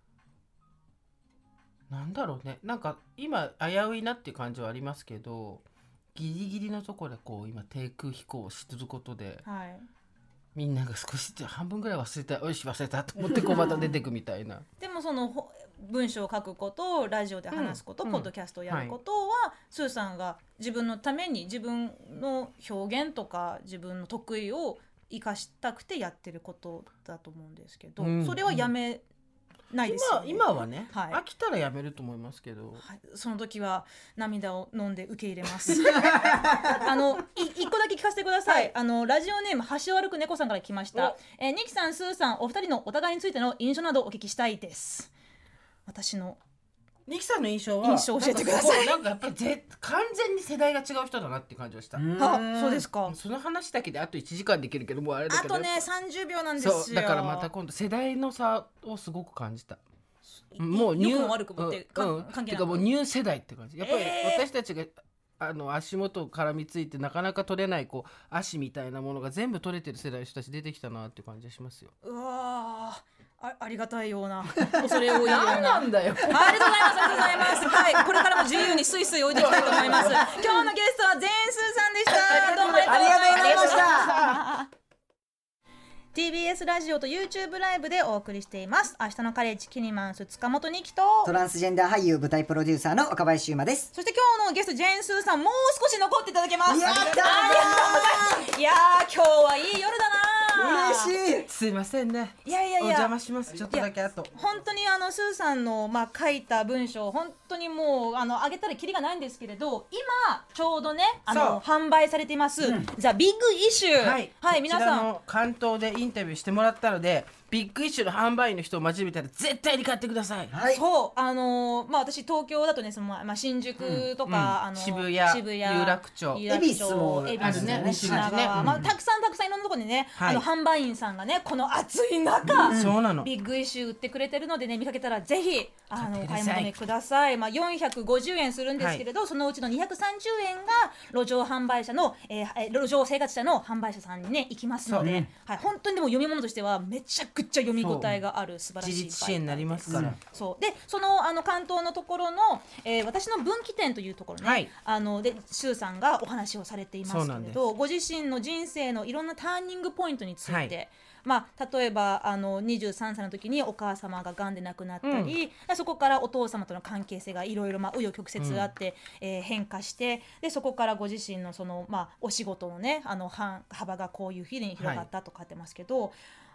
なんだろうねなんか今危ういなっていう感じはありますけどギリギリのところでこう今低空飛行をすることで、はい、みんなが少し半分ぐらい忘れたよし忘れたと思ってこうまた出てくみたいなでもその文章を書くことラジオで話すこと、うん、ポッドキャストをやることは、はい、スーさんが自分のために自分の表現とか自分の得意を生かしたくてやってることだと思うんですけど、うん、それはやめないですよね。 今、今はね、はい、飽きたらやめると思いますけど、 はい、その時は涙を飲んで受け入れますあのい一個だけ聞かせてください、はい、あのラジオネーム橋を歩く猫さんから来ました、えー、ニキさんスーさんお二人のお互いについての印象などお聞きしたいです。私のニキさんの印象は印象を教えてください。 なんかやっぱりぜ完全に世代が違う人だなっていう感じがした。 あ、そうですか。 その話だけであといちじかんできるけどもうあれだけどあとねさんじゅうびょうなんですよ。 そうだからまた今度世代の差をすごく感じた。 もうニュー悪くもってか、うん、関係ない。 てかもうニュー世代って感じ。やっぱり私たちが、えー、あの足元を絡みついてなかなか取れないこう足みたいなものが全部取れてる世代の人たち出てきたなっていう感じがしますよ。 うわーあ, ありがたいような恐れ多いような何なんだよ。 ありがとうございますありがとうございます、はい、これからも自由にスイスイ置いていきたいと思います今日のゲストはジェーンスーさんでしたどうもありがとうございましたティービーエス ラジオと YouTube ライブでお送りしています。明日のカレッジキニマンス塚本二木とトランスジェンダー俳優舞台プロデューサーの岡林修馬です。 そして今日のゲストジェーンスーさんもう少し残っていただけます。 やったーいやー今日はいい夜だな。 嬉しい。 すいませんね。 いやいやいやお邪魔します。ちょっとだけあと本当にあのスーさんの、まあ、書いた文章本当にもうあの上げたらキリがないんですけれど今ちょうどねあの販売されています、うん、ザ・ビッグイシュー、はい、はい、皆さんこちらの関東でインタビューしてもらったのでビッグイッシュの販売員の人を交えたら絶対に買ってください、 はい、そうあのー、まあ私東京だとねその、まあ、新宿とか、うんうん、 あの渋谷、渋谷有楽町恵比寿も恵比寿ね西口ね、まあ、たくさんたくさんいろんなところにね、はい、あの販売員さんがねこの暑い中、うん、そうなのビッグイッシュ売ってくれてるのでね見かけたらぜひあの買い求めください、まあ、よんひゃくごじゅうえんするんですけれど、はい、そのうちのにひゃくさんじゅうえんが路上販売者の、えー、路上生活者の販売者さんにね行きますので、ねはい、本当にでも読み物としてはめちゃくちゃ読み応えがある素晴らしい自立支援になりますから、うん、 そうでその、あの関東のところの、えー、私の分岐点というところね、はい、あのでシュウさんがお話をされていますけれどご自身の人生のいろんなターニングポイントについて、はいまあ、例えばあのにじゅうさんさいの時にお母様ががんで亡くなったり、うん、そこからお父様との関係性がいろいろ紆余曲折あって、うんえー、変化してでそこからご自身の、その、まあ、お仕事のねあの幅がこういうふうに広がったと書いてますけど、はい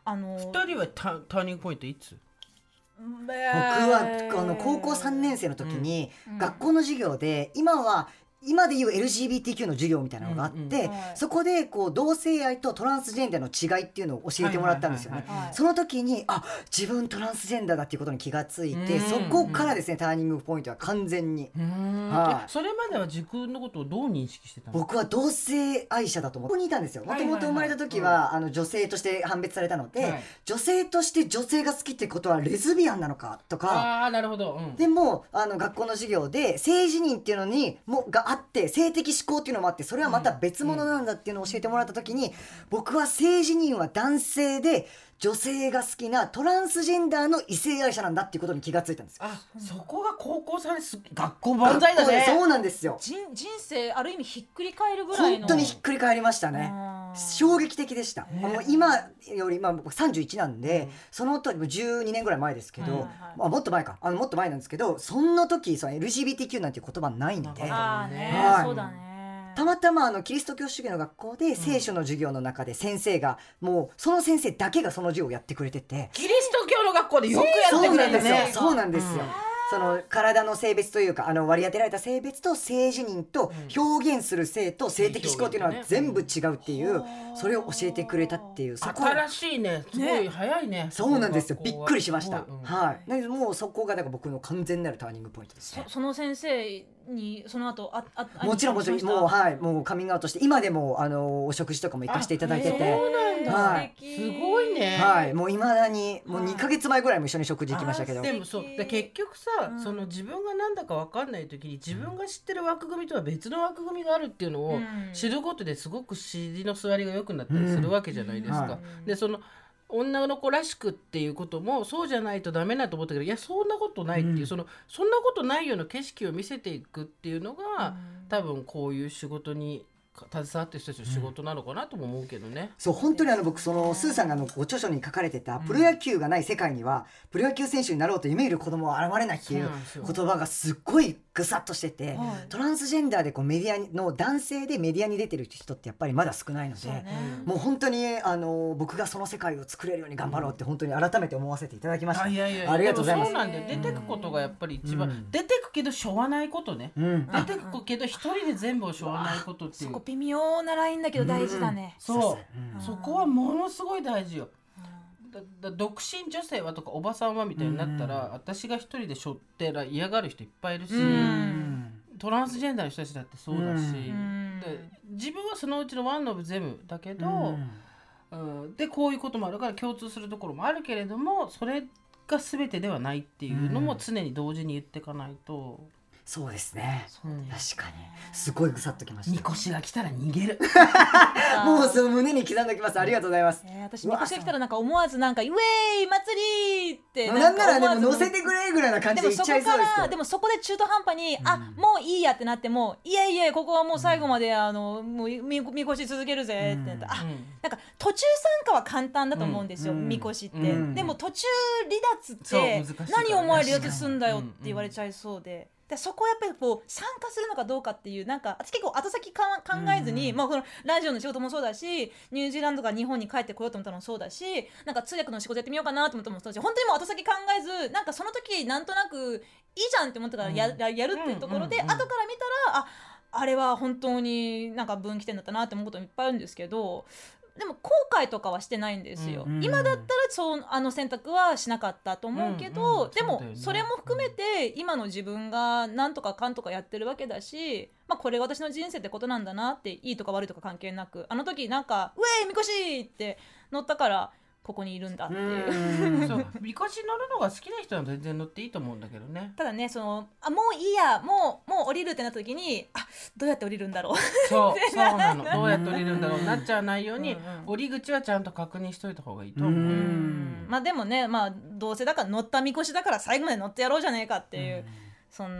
あのふたりはタターニングポイントいつ？ 僕はあの高校さんねん生の時に、 うん、 学校の授業で今は今でいう エルジービーティーキュー の授業みたいなのがあって、 うんうんはい、 そこでこう同性愛とトランスジェンダーの違いっていうのを教えてもらったんですよね。その時にあ自分トランスジェンダーだっていうことに気がついて、そこからですねターニングポイントは完全に、 はい、それまでは自分のことをどう認識してたの？ 僕は同性愛者だと思ってここにいたんですよ。もともと生まれた時は、あの女性として判別されたので、はい、女性として女性が好きってことはレズビアンなのかとか、 あなるほど、うん、 でもあの学校の授業で性自認っていうのにもがあって性的思考っていうのもあって、それはまた別物なんだっていうのを教えてもらった時に、僕は性自認は男性で女性が好きなトランスジェンダーの異性愛者なんだっていうことに気がついたんですよ。 あ、そこが高校さんです学校万歳だね。 そうなんですよ。 人, 人生ある意味ひっくり返るぐらいの本当にひっくり返りましたね。衝撃的でした。もう今より、まあ、僕さんじゅういちなんで、うん、その時もじゅうにねんぐらい前ですけど、はいはい、まあ、もっと前かあのもっと前なんですけど、その時その エルジービーティーキュー なんていう言葉ないんで、 あーね、 はい、 そうだね。 たまたまあのキリスト教主義の学校で聖書の授業の中で先生がもうその先生だけがその授業をやってくれてて、 キリスト教の学校でよくやってくれるね。 そうなんですよ。その体の性別というかあの割り当てられた性別と性自認と表現する性と性的思考っていうのは全部違うっていう、それを教えてくれたっていう、そこ新しいね、すごい早いね。 そうなんですよ、びっくりしました。はい。だけどもうそこがだから僕の完全なるターニングポイントですね。 そ, その先生にその後ああもちろんもちろんもうはいもうカミングアウトして今でもあのお食事とかも行かせていただいてて、 そうなんだ、はい、すごいね。 はい、もう未だにもうにかげつまえぐらいも一緒に食事行きましたけど、 でもそうで結局さ、うん、その自分がなんだか分かんない時に自分が知ってる枠組みとは別の枠組みがあるっていうのを知ることですごく尻の座りが良くなったりするわけじゃないですか、うんはい、でその女の子らしくっていうこともそうじゃないとダメだと思ったけど、いやそんなことないっていう、うん、そのそんなことないような景色を見せていくっていうのが、うん、多分こういう仕事に携わってる人たちの仕事なのかなとも思うけどね、うん、 そう本当にあの僕そのスーさんがあのご著書に書かれてた、プロ野球がない世界にはプロ野球選手になろうと夢見る子供は現れないっていう言葉がすっごいぐさっとしてて、はい、トランスジェンダーでこうメディアの男性でメディアに出てる人ってやっぱりまだ少ないので、ね、もう本当にあの僕がその世界を作れるように頑張ろうって本当に改めて思わせていただきました。 あ、いやいや、 ありがとうございます。 そうなんで出てくことがやっぱり一番、うん、出てくけどしょうがないことね、うん、出てくけど一人で全部をしょうがないことっていう、 そこ微妙なラインだけど大事だね、 うん、そう、うん、そこはものすごい大事よ。だだ独身女性はとかおばさんはみたいになったら、うん、私が一人でしょってら嫌がる人いっぱいいるし、うん、トランスジェンダーの人たちだってそうだし、うん、で自分はそのうちのワンオブゼムだけど、うんうん、でこういうこともあるから共通するところもあるけれども、それが全てではないっていうのも常に同時に言っていかないと。 そうですね、うん、確かにすごいぐさっときました。 みこしが来たら逃げるもうその胸に刻んでおきます。ありがとうございます、 えー、私みこしが来たらなんか思わずなんかウェーイ祭りってなんならでも乗せてくれぐらいな感じで言っちゃいそうですけど、 でもそこで中途半端に、うん、あもういいやってなっても、いやいやここはもう最後まで、うん、あのもう み, みこし続けるぜってなった、うん、あなんか途中参加は簡単だと思うんですよ、うん、みこしって、うん、でも途中離脱って何お前離脱すんだよって言われちゃいそうで、でそこをやっぱりこう参加するのかどうかっていう、なんか私結構後先か考えずに、うんまあ、このラジオの仕事もそうだし、ニュージーランドから日本に帰ってこようと思ったのもそうだし、なんか通訳の仕事やってみようかなと思ったのもそうだし、本当にもう後先考えず、なんかその時なんとなくいいじゃんって思ったから や,、うん、やるっていうところで、うんうんうん、後から見たらああれは本当になんか分岐点だったなって思うこともいっぱいあるんですけど、でも後悔とかはしてないんですよ、うんうん、今だったらそうあの選択はしなかったと思うけど、うんうん、でもそれも含めて今の自分がなんとかかんとかやってるわけだし、まあ、これが私の人生ってことなんだなって、いいとか悪いとか関係なく、あの時なんかウェイみこしって乗ったからここにいるんだっていう、 そうみこし乗るのが好きな人は全然乗っていいと思うんだけどね。 ただね、そのあもういいやもうもう降りるってなった時に、あどうやって降りるんだろうそうそうなの、どうやって降りるんだろうなっちゃわないように、うんうん、降り口はちゃんと確認しといた方がいいと思う。うん、 まあでもね、まあどうせだから乗ったみこしだから最後まで乗ってやろうじゃねえかっていう、そんな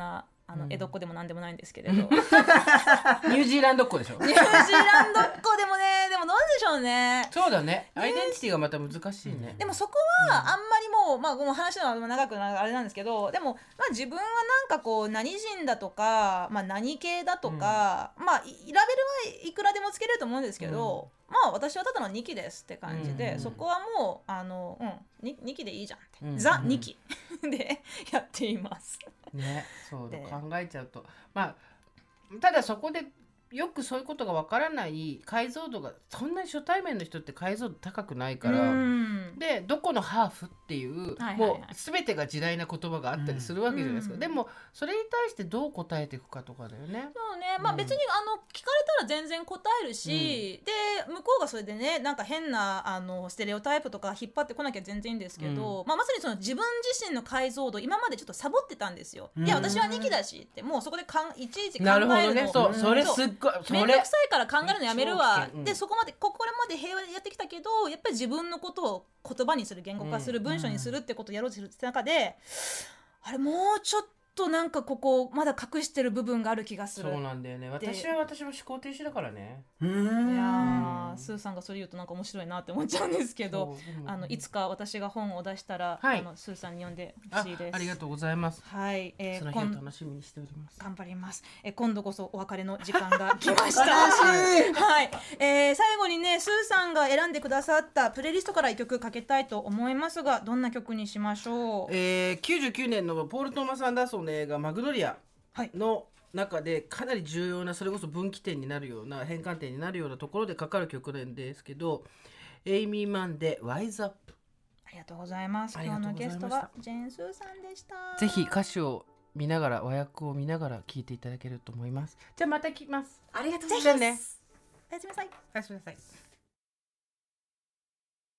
あのうん江戸っ子でもなんでもないんですけれど、ニューニュージーランドっ子でしょ。 ジーランドっ子でもね、でもどうでしょうね。 そうだね。アイデンティティがまた難しいね。 でもそこはあんまりもう、まあもう話のは長くなあれなんですけど、でもまあ自分はなんかこう何人だとか、まあ何系だとか、まあいラベルはいくらでもつけれると思うんですけど、まあ私はただのにきですって感じで、 うんそこはもうあのうんににきでいいじゃんって、 うんザにきでやっています。 ね、そうだで考えちゃうと、まあただそこでよくそういうことがわからない解像度がそんなに初対面の人って解像度高くないから、 うんでどこのハーフっていう、 はいはいはいもう全てが地雷な言葉があったりするわけじゃないですか、 うんでもそれに対してどう答えていくかとかだよね。 そうね、まあうん別にあの聞かれたら全然答えるし、で向こうがそれでねなんか変なあのステレオタイプとか引っ張ってこなきゃ全然いいんですけど、まあ、まさにその自分自身の解像度今までちょっとサボってたんですよ。 うんいや私はにきだしってもうそこでかんいちいち考なるほえるのどね、そう、それそうすっごいそれめんどくさいから考えるのやめるわ、 超危険うんでそこまでここまで平和でやってきたけどやっぱり自分のことを言葉にする言語化する、 うん文章にするってことをやろうとするって中で、あれもうちょっとなんかここまだ隠してる部分がある気がする。 そうなんだよね。私は私も思考停止だからね。 うーんいやースーさんがそれ言うとなんか面白いなって思っちゃうんですけど、 そうあのいつか私が本を出したら、 はいあのスーさんに読んであほしいです。 ありがとうございます。 はい、えー、 その日を今楽しみにしております。 頑張ります、えー今度こそお別れの時間が来ました悲しいはい、えー、最後にねスーさんが選んでくださったプレイリストからいっきょくかけたいと思いますが、どんな曲にしましょう。 えー、きゅうじゅうきゅうねんのポール・トーマス・アンダーソンの映画「マグノリアはい」 の中でかなり重要な、それこそ分岐点になるような変換点になるようなところでかかる曲なんですけど、エイミー・マンで「ワイズ・アップ」。 ありがとうございます。 ありが今日とうございましたのゲストはジェーンスーさんでした。 ぜひ歌詞を見ながら和訳を見ながら聴いていただけると思います。じゃあまた来ます。 ありがとうございます。 じゃあね。 おやすみなさい。 おやすみなさい。